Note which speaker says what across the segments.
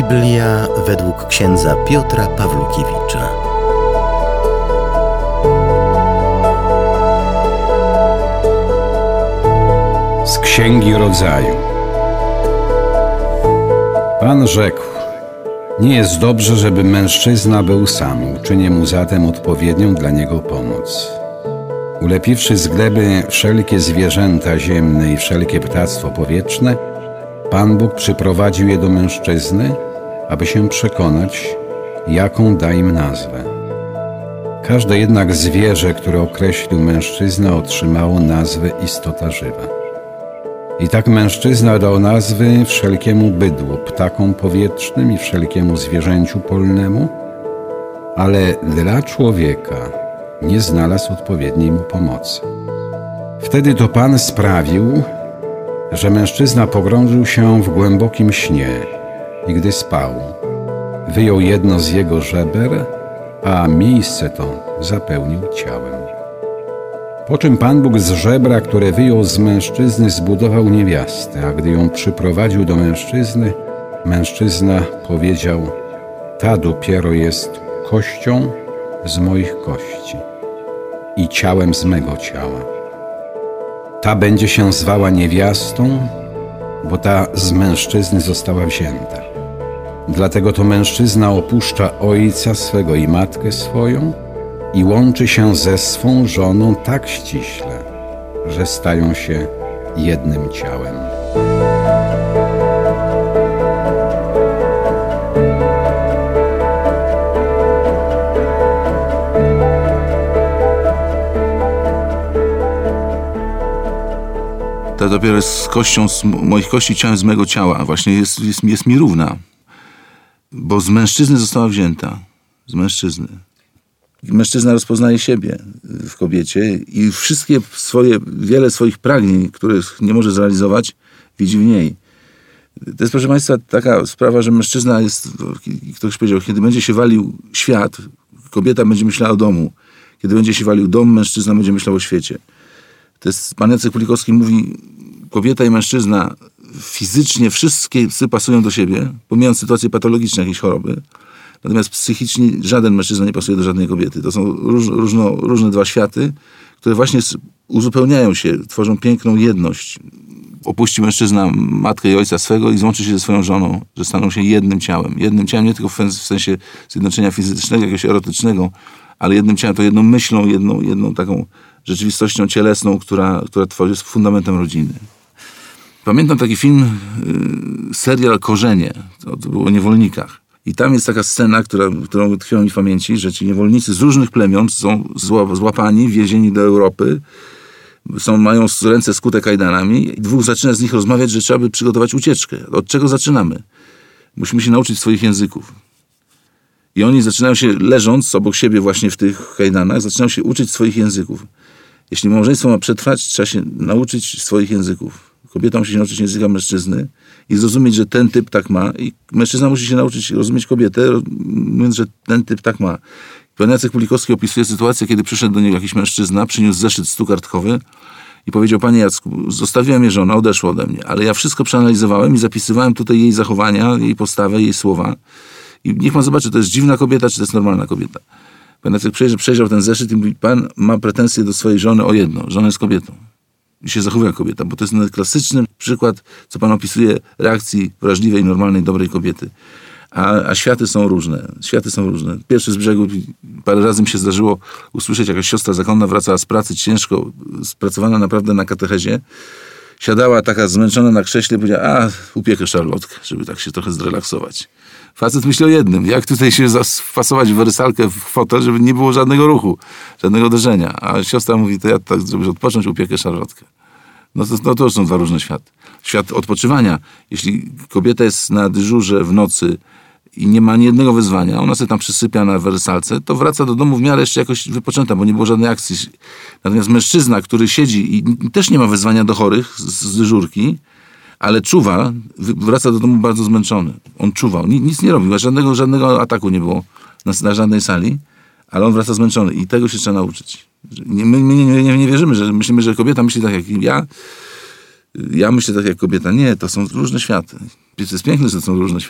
Speaker 1: Biblia według księdza Piotra Pawlukiewicza.
Speaker 2: Z Księgi Rodzaju. Pan rzekł: nie jest dobrze, żeby mężczyzna był sam, uczynię mu zatem odpowiednią dla niego pomoc. Ulepiwszy z gleby wszelkie zwierzęta ziemne i wszelkie ptactwo powietrzne, Pan Bóg przyprowadził je do mężczyzny, aby się przekonać, jaką da im nazwę. Każde jednak zwierzę, które określił mężczyzna, otrzymało nazwę istota żywa. I tak mężczyzna dał nazwy wszelkiemu bydłu, ptakom powietrznym i wszelkiemu zwierzęciu polnemu, ale dla człowieka nie znalazł odpowiedniej mu pomocy. Wtedy to Pan sprawił, że mężczyzna pogrążył się w głębokim śnie i gdy spał, wyjął jedno z jego żeber, a miejsce to zapełnił ciałem. Po czym Pan Bóg z żebra, które wyjął z mężczyzny, zbudował niewiastę, a gdy ją przyprowadził do mężczyzny, mężczyzna powiedział: ta dopiero jest kością z moich kości i ciałem z mego ciała. Ta będzie się zwała niewiastą, bo ta z mężczyzny została wzięta. Dlatego to mężczyzna opuszcza ojca swego i matkę swoją i łączy się ze swą żoną tak ściśle, że stają się jednym ciałem.
Speaker 3: Ta dopiero jest kością z moich kości, ciałem z mego ciała. Właśnie jest mi równa. Bo z mężczyzny została wzięta. Z mężczyzny. Mężczyzna rozpoznaje siebie w kobiecie i wiele swoich pragnień, których nie może zrealizować, widzi w niej. To jest, proszę Państwa, taka sprawa, że mężczyzna jest, ktoś powiedział, kiedy będzie się walił świat, kobieta będzie myślała o domu. Kiedy będzie się walił dom, mężczyzna będzie myślał o świecie. To jest, pan Jacek Kulikowski mówi, kobieta i mężczyzna fizycznie wszyscy pasują do siebie, pomijając sytuacje patologiczne, jakieś choroby. Natomiast psychicznie żaden mężczyzna nie pasuje do żadnej kobiety. To są różne dwa światy, które właśnie uzupełniają się, tworzą piękną jedność. Opuści mężczyzna matkę i ojca swego i złączy się ze swoją żoną, że staną się jednym ciałem. Jednym ciałem nie tylko w sensie zjednoczenia fizycznego, jakiegoś erotycznego, ale jednym ciałem, to jedną myślą, jedną taką rzeczywistością cielesną, która jest fundamentem rodziny. Pamiętam taki film, serial Korzenie, to było o niewolnikach. I tam jest taka scena, którą tkwiła mi w pamięci, że ci niewolnicy z różnych plemion są złapani, wiezieni do Europy, mają ręce skute kajdanami i dwóch zaczyna z nich rozmawiać, że trzeba by przygotować ucieczkę. Od czego zaczynamy? Musimy się nauczyć swoich języków. I oni zaczynają się, leżąc obok siebie właśnie w tych kajdanach, zaczynają się uczyć swoich języków. Jeśli małżeństwo ma przetrwać, trzeba się nauczyć swoich języków. Kobieta musi się nauczyć języka mężczyzny i zrozumieć, że ten typ tak ma. I mężczyzna musi się nauczyć rozumieć kobietę, mówiąc, że ten typ tak ma. Pan Jacek Kulikowski opisuje sytuację, kiedy przyszedł do niego jakiś mężczyzna, przyniósł zeszyt stukartkowy i powiedział: panie Jacku, zostawiła mnie żona, odeszła ode mnie, ale ja wszystko przeanalizowałem i zapisywałem tutaj jej zachowania, jej postawę, jej słowa. I niech pan zobaczy, to jest dziwna kobieta, czy to jest normalna kobieta. Pan Jacek przejrzał ten zeszyt i mówi: pan ma pretensje do swojej żony o jedno, żona jest kobietą. I się zachowuje jak kobieta, bo to jest klasyczny przykład, co pan opisuje, reakcji wrażliwej, normalnej, dobrej kobiety. A światy są różne. Pierwszy z brzegu, parę razy mi się zdarzyło usłyszeć, jakaś siostra zakonna wracała z pracy, ciężko spracowana naprawdę na katechezie. Siadała taka zmęczona na krześle i powiedziała: upiekę szarlotkę, żeby tak się trochę zrelaksować. Facet myśli o jednym: jak tutaj się wpasować w wersalkę, w fotel, żeby nie było żadnego ruchu, żadnego uderzenia. A siostra mówi: to ja tak, żeby odpocząć, upiekę szarlotkę. No to są dwa różne światy. Świat odpoczywania. Jeśli kobieta jest na dyżurze w nocy i nie ma ani jednego wyzwania, ona sobie tam przysypia na wersalce, to wraca do domu w miarę jeszcze jakoś wypoczęta, bo nie było żadnej akcji. Natomiast mężczyzna, który siedzi i też nie ma wezwania do chorych z dyżurki, ale czuwa, wraca do domu bardzo zmęczony. On czuwał, nic nie robił, żadnego ataku nie było na żadnej sali, ale on wraca zmęczony i tego się trzeba nauczyć. My nie wierzymy, że myślimy, że kobieta myśli tak jak ja, ja myślę tak jak kobieta. Nie, to są różne światy. To jest piękne, że to są różne światy.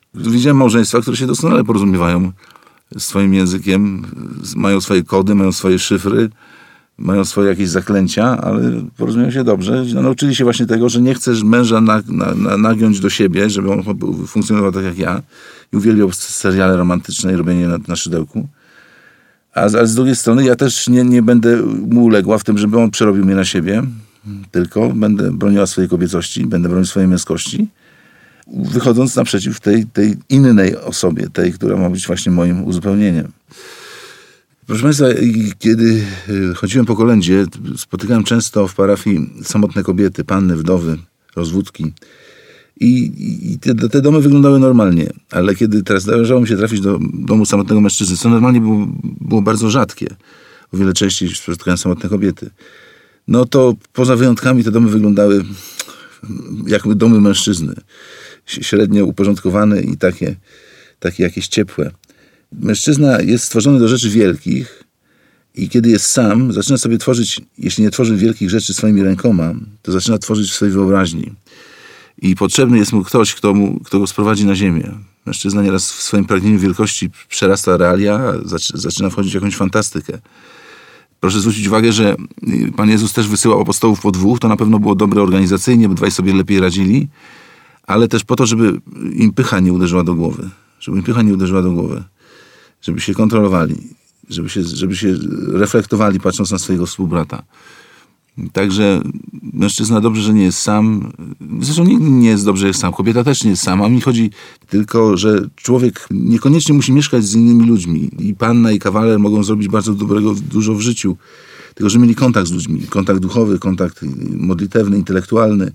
Speaker 3: Widziałem małżeństwa, które się doskonale porozumiewają swoim językiem, mają swoje kody, mają swoje szyfry, mają swoje jakieś zaklęcia, ale porozumieją się dobrze. Nauczyli się właśnie tego, że nie chcesz męża nagiąć do siebie, żeby on funkcjonował tak jak ja i uwielbiał seriale romantyczne i robienie na szydełku. Ale z drugiej strony ja też nie będę mu uległa w tym, żeby on przerobił mnie na siebie, tylko będę broniła swojej kobiecości, będę bronił swojej męskości, wychodząc naprzeciw tej innej osobie, tej, która ma być właśnie moim uzupełnieniem. Proszę Państwa, kiedy chodziłem po kolędzie, spotykałem często w parafii samotne kobiety, panny, wdowy, rozwódki. I te domy wyglądały normalnie, ale kiedy teraz zdarzało mi się trafić do domu samotnego mężczyzny, co normalnie było bardzo rzadkie, o wiele częściej spotykałem samotne kobiety, no to poza wyjątkami te domy wyglądały jak domy mężczyzny. Średnio uporządkowane i takie jakieś ciepłe. Mężczyzna jest stworzony do rzeczy wielkich i kiedy jest sam, zaczyna sobie tworzyć, jeśli nie tworzy wielkich rzeczy swoimi rękoma, to zaczyna tworzyć w swojej wyobraźni. I potrzebny jest mu ktoś, kto go sprowadzi na ziemię. Mężczyzna nieraz w swoim pragnieniu wielkości przerasta realia, zaczyna wchodzić w jakąś fantastykę. Proszę zwrócić uwagę, że Pan Jezus też wysyłał apostołów po 2, to na pewno było dobre organizacyjnie, bo 2 sobie lepiej radzili, ale też po to, żeby im pycha nie uderzyła do głowy. Żeby się kontrolowali, żeby się reflektowali, patrząc na swojego współbrata. Także mężczyzna dobrze, że nie jest sam. Zresztą nigdy nie jest dobrze, że jest sam. Kobieta też nie jest sama. Mi chodzi tylko, że człowiek niekoniecznie musi mieszkać z innymi ludźmi. I panna, i kawaler mogą zrobić bardzo dużo w życiu. Tylko, że mieli kontakt z ludźmi. Kontakt duchowy, kontakt modlitewny, intelektualny.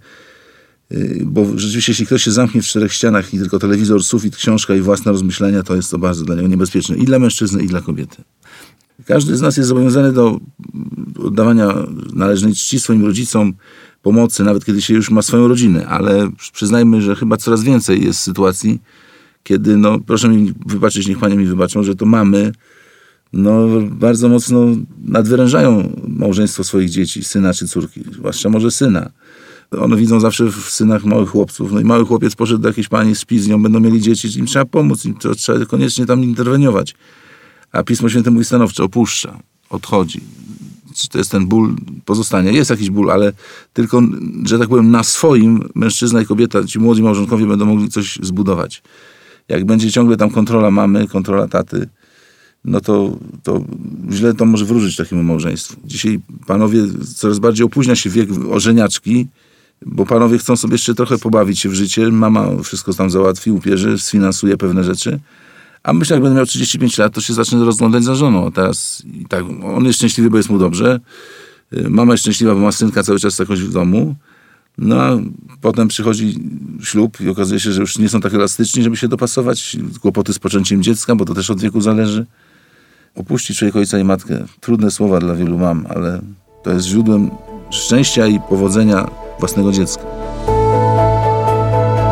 Speaker 3: Bo rzeczywiście, jeśli ktoś się zamknie w 4 ścianach i tylko telewizor, sufit, książka i własne rozmyślenia, to jest to bardzo dla niego niebezpieczne. I dla mężczyzny, i dla kobiety. Każdy z nas jest zobowiązany do oddawania należnej czci swoim rodzicom, pomocy, nawet kiedy się już ma swoją rodzinę. Ale przyznajmy, że chyba coraz więcej jest sytuacji, kiedy, proszę mi wybaczyć, niech panie mi wybaczą, że to mamy, bardzo mocno nadwyrężają małżeństwo swoich dzieci, syna czy córki, zwłaszcza może syna. One widzą zawsze w synach małych chłopców. I mały chłopiec poszedł do jakiejś pani, śpi z nią, będą mieli dzieci, im trzeba pomóc, im to trzeba koniecznie tam interweniować. A Pismo Święte mówi stanowczo, opuszcza, odchodzi. Czy to jest ten ból pozostania? Jest jakiś ból, ale tylko, że tak powiem, na swoim mężczyzna i kobieta, ci młodzi małżonkowie będą mogli coś zbudować. Jak będzie ciągle tam kontrola mamy, kontrola taty, to źle to może wróżyć takiemu małżeństwu. Dzisiaj panowie, coraz bardziej opóźnia się wiek ożeniaczki, bo panowie chcą sobie jeszcze trochę pobawić się w życie. Mama wszystko tam załatwi, upierzy, sfinansuje pewne rzeczy. A myślę, jak będę miał 35 lat, to się zacznę rozglądać za żoną. A teraz i tak, on jest szczęśliwy, bo jest mu dobrze. Mama jest szczęśliwa, bo ma synka cały czas jakoś w domu. A potem przychodzi ślub i okazuje się, że już nie są tak elastyczni, żeby się dopasować. Kłopoty z poczęciem dziecka, bo to też od wieku zależy. Opuścić człowiek ojca i matkę. Trudne słowa dla wielu mam, ale to jest źródłem szczęścia i powodzenia własnego dziecka.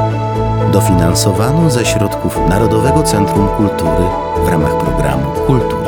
Speaker 1: Dofinansowano ze środków Narodowego Centrum Kultury w ramach programu Kultura.